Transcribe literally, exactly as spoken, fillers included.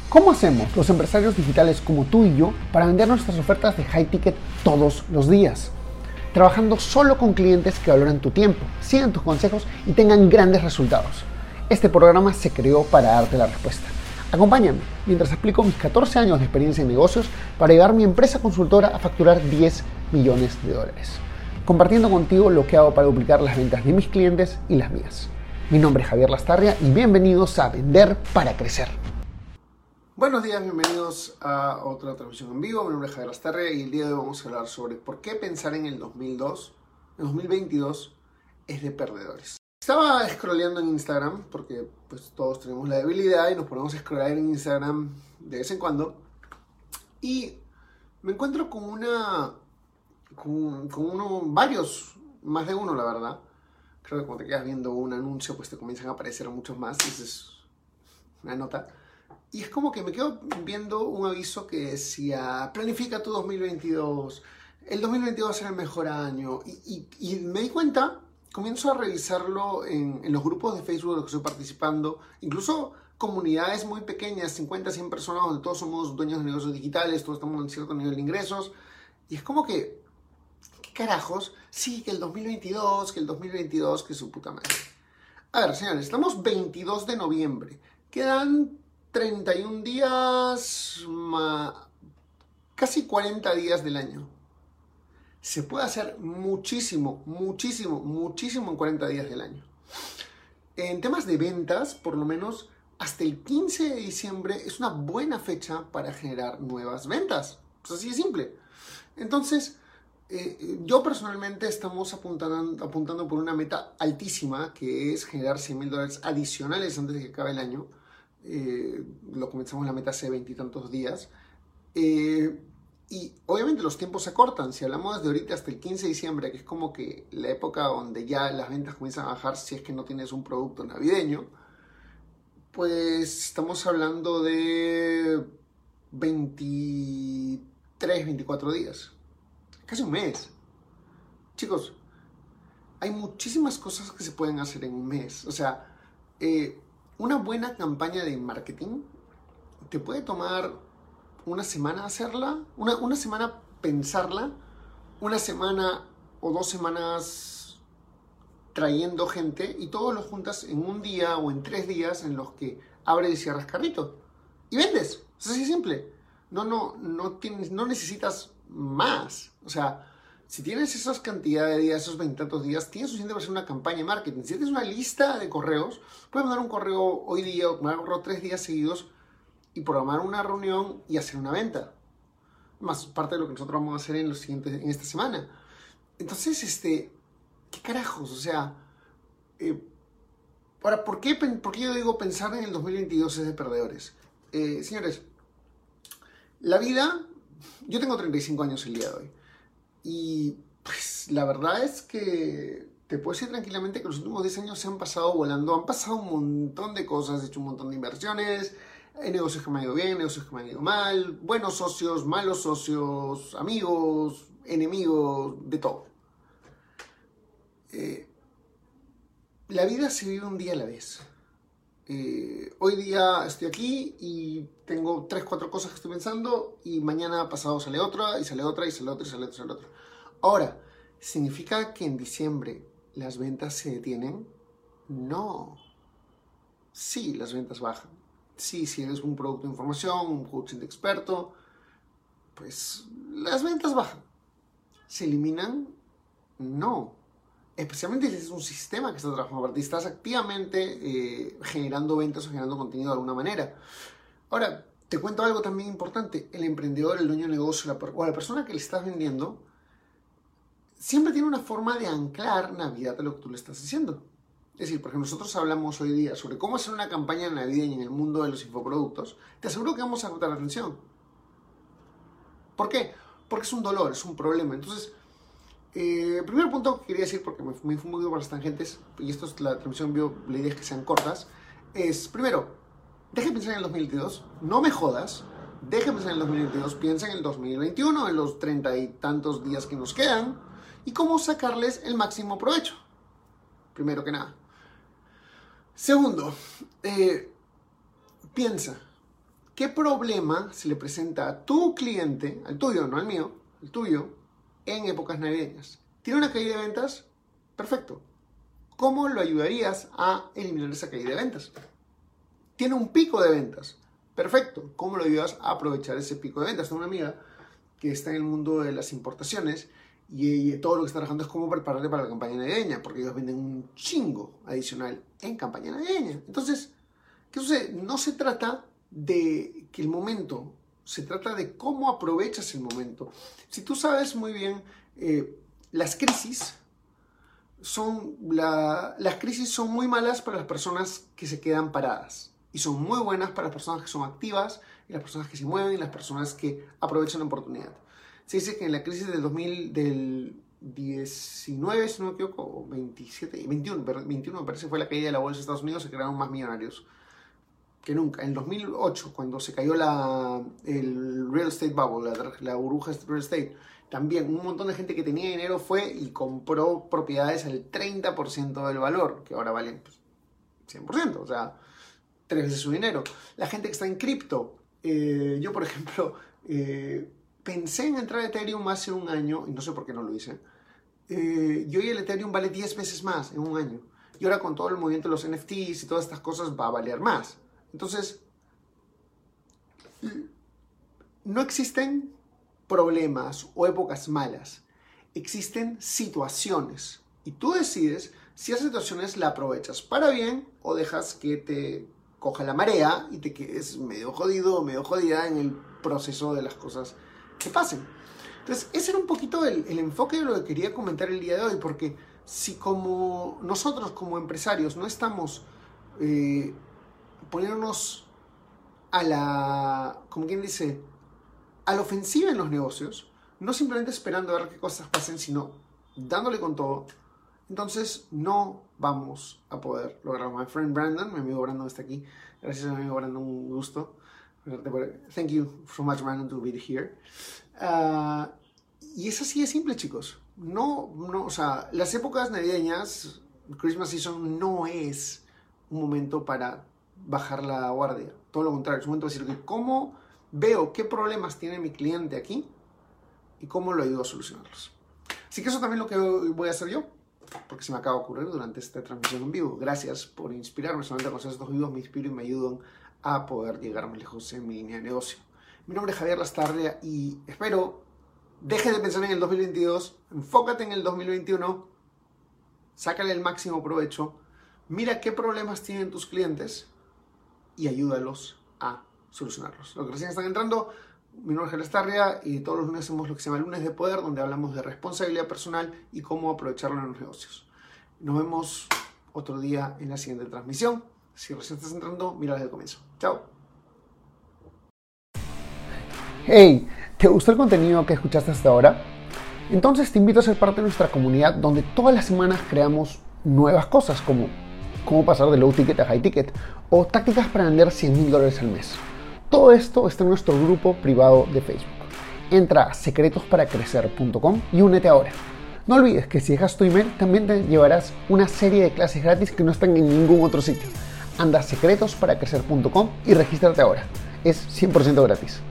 ¿Cómo hacemos los empresarios digitales como tú y yo para vender nuestras ofertas de high ticket todos los días? Trabajando solo con clientes que valoran tu tiempo, sigan tus consejos y tengan grandes resultados. Este programa se creó para darte la respuesta. Acompáñame mientras explico mis catorce años de experiencia en negocios para llevar mi empresa consultora a facturar diez millones de dólares. Compartiendo contigo lo que hago para duplicar las ventas de mis clientes y las mías. Mi nombre es Javier Lastarria y bienvenidos a Vender para Crecer. Buenos días, bienvenidos a otra transmisión en vivo. Mi nombre es Javier Lastarria y el día de hoy vamos a hablar sobre por qué pensar en el dos mil dos, el dos mil veintidós es de perdedores. Estaba scrolleando en Instagram porque pues todos tenemos la debilidad y nos ponemos a scrollear en Instagram de vez en cuando y me encuentro con una con, con uno, varios, más de uno la verdad. Creo que cuando te quedas viendo un anuncio pues te comienzan a aparecer muchos más y esa es una nota. Y es como que me quedo viendo un aviso que decía, planifica tu dos mil veintidós, el dos mil veintidós va a ser el mejor año. Y, y, y me di cuenta, comienzo a revisarlo en, en los grupos de Facebook en los que estoy participando, incluso comunidades muy pequeñas, cincuenta, cien personas, donde todos somos dueños de negocios digitales, todos estamos en cierto nivel de ingresos. Y es como que, ¿qué carajos? Sí, que el dos mil veintidós, que el dos mil veintidós, que su puta madre. A ver, señores, estamos veintidós de noviembre. Quedan treinta y un días, casi cuarenta días del año. Se puede hacer muchísimo, muchísimo, muchísimo en cuarenta días del año. En temas de ventas, por lo menos hasta el quince de diciembre es una buena fecha para generar nuevas ventas. Pues así de simple. Entonces, eh, yo personalmente estamos apuntando, apuntando por una meta altísima, que es generar cien mil dólares adicionales antes de que acabe el año. Eh, lo comenzamos la meta hace veintitantos días eh, y obviamente los tiempos se acortan. Si hablamos desde ahorita hasta el quince de diciembre, que es como que la época donde ya las ventas comienzan a bajar si es que no tienes un producto navideño, pues estamos hablando de veintitrés, veinticuatro días, casi un mes. Chicos, hay muchísimas cosas que se pueden hacer en un mes. O sea, eh, una buena campaña de marketing te puede tomar una semana hacerla, una, una semana pensarla, una semana o dos semanas trayendo gente y todo lo juntas en un día o en tres días en los que abres y cierras carrito y vendes. Es así simple. No, no, no, tienes, no necesitas más. O sea, si tienes esas cantidades de días, esos veintitantos días, tienes suficiente para hacer una campaña de marketing. Si tienes una lista de correos, puedes mandar un correo hoy día o mandar un correo tres días seguidos y programar una reunión y hacer una venta. Más parte de lo que nosotros vamos a hacer en, los siguientes, en esta semana. Entonces, este, ¿qué carajos? O sea, eh, ahora, ¿por qué, ¿por qué yo digo pensar en el dos mil veintidós es de perdedores? Eh, señores, la vida, yo tengo treinta y cinco años el día de hoy. Y pues la verdad es que te puedo decir tranquilamente que los últimos diez años se han pasado volando. Han pasado un montón de cosas, he hecho un montón de inversiones, hay negocios que me han ido bien, negocios que me han ido mal, buenos socios, malos socios, amigos, enemigos, de todo. Eh, la vida se vive un día a la vez. Eh, hoy día estoy aquí y tengo tres, cuatro cosas que estoy pensando y mañana pasado sale otra y sale otra y sale otra y sale otra y sale otra. Ahora, ¿significa que en diciembre las ventas se detienen? No. Sí, las ventas bajan. Sí, si eres un producto de información, un coaching de experto, pues las ventas bajan. ¿Se eliminan? No. Especialmente si es un sistema que está trabajando para ti, estás activamente eh, generando ventas o generando contenido de alguna manera. Ahora, te cuento algo también importante. El emprendedor, el dueño del negocio la, o la persona que le estás vendiendo siempre tiene una forma de anclar Navidad a lo que tú le estás haciendo. Es decir, por ejemplo, nosotros hablamos hoy día sobre cómo hacer una campaña navideña en el mundo de los infoproductos. Te aseguro que vamos a captar la atención. ¿Por qué? Porque es un dolor, es un problema. Entonces, Eh, el primer punto que quería decir, porque me, me fui muy por las tangentes, y esto es la transmisión bio, la idea es que sean cortas, es, primero, deja de pensar en el dos mil veintidós, no me jodas, deja de pensar en el dos mil veintidós, piensa en el dos mil veintiuno, en los treinta y tantos días que nos quedan, y cómo sacarles el máximo provecho, primero que nada. Segundo, eh, piensa, ¿qué problema se le presenta a tu cliente, al tuyo, no al mío, al tuyo, en épocas navideñas? ¿Tiene una caída de ventas? Perfecto. ¿Cómo lo ayudarías a eliminar esa caída de ventas? ¿Tiene un pico de ventas? Perfecto. ¿Cómo lo ayudas a aprovechar ese pico de ventas? Tengo una amiga que está en el mundo de las importaciones y, y todo lo que está trabajando es cómo prepararle para la campaña navideña, porque ellos venden un chingo adicional en campaña navideña. Entonces, ¿qué sucede? No se trata de que el momento, se trata de cómo aprovechas el momento. Si tú sabes muy bien, eh, las crisis son, la, las crisis son muy malas para las personas que se quedan paradas y son muy buenas para las personas que son activas y las personas que se mueven y las personas que aprovechan la oportunidad. Se dice que en la crisis del dos mil, del diecinueve, si no me equivoco, o veintisiete, veintiuno, veintiuno me parece fue la caída de la bolsa de Estados Unidos, se crearon más millonarios que nunca. En dos mil ocho, cuando se cayó la, el real estate bubble, la, la burbuja de real estate, también un montón de gente que tenía dinero fue y compró propiedades al treinta por ciento del valor, que ahora valen pues, cien por ciento, o sea, tres veces su dinero. La gente que está en cripto, eh, yo por ejemplo, eh, pensé en entrar a Ethereum hace un año, y no sé por qué no lo hice, eh, y hoy el Ethereum vale diez veces más en un año, y ahora con todo el movimiento de los N F Ts y todas estas cosas va a valer más. Entonces, no existen problemas o épocas malas, existen situaciones y tú decides si esas situaciones la aprovechas para bien o dejas que te coja la marea y te quedes medio jodido o medio jodida en el proceso de las cosas que pasen. Entonces ese era un poquito el, el enfoque de lo que quería comentar el día de hoy, porque si como nosotros como empresarios no estamos eh, poniéndonos a la, como quien dice, a la ofensiva en los negocios, no simplemente esperando a ver qué cosas pasen, sino dándole con todo, entonces no vamos a poder lograrlo. My friend Brandon, mi amigo Brandon está aquí. Gracias a mi amigo Brandon, un gusto. Thank you so much, Brandon, to be here. Uh, y es así de simple, chicos. No, no, o sea, las épocas navideñas, Christmas season, no es un momento para bajar la guardia. Todo lo contrario, es un momento de decir que cómo veo qué problemas tiene mi cliente aquí y cómo lo ayudo a solucionarlos. Así que eso también es lo que voy a hacer yo, porque se me acaba de ocurrir durante esta transmisión en vivo. Gracias por inspirarme. Solamente con estos videos me inspiro y me ayudan a poder llegar más lejos en mi línea de negocio. Mi nombre es Javier Lastarria y espero dejes de pensar en el dos mil veintidós, enfócate en el dos mil veintiuno, sácale el máximo provecho, mira qué problemas tienen tus clientes y ayúdalos a solucionarlos. Los que recién están entrando, mi nombre es Javier Lastarria y todos los lunes hacemos lo que se llama Lunes de Poder, donde hablamos de responsabilidad personal y cómo aprovecharlo en los negocios. Nos vemos otro día en la siguiente transmisión. Si recién estás entrando, mira desde el comienzo. Chao. Hey, ¿te gustó el contenido que escuchaste hasta ahora? Entonces te invito a ser parte de nuestra comunidad, donde todas las semanas creamos nuevas cosas como cómo pasar de low ticket a high ticket o tácticas para vender cien mil dólares al mes. Todo esto está en nuestro grupo privado de Facebook. Entra a secretos para crecer punto com y únete ahora. No olvides que si dejas tu email también te llevarás una serie de clases gratis que no están en ningún otro sitio. Anda a secretos para crecer punto com y regístrate ahora. Es cien por ciento gratis.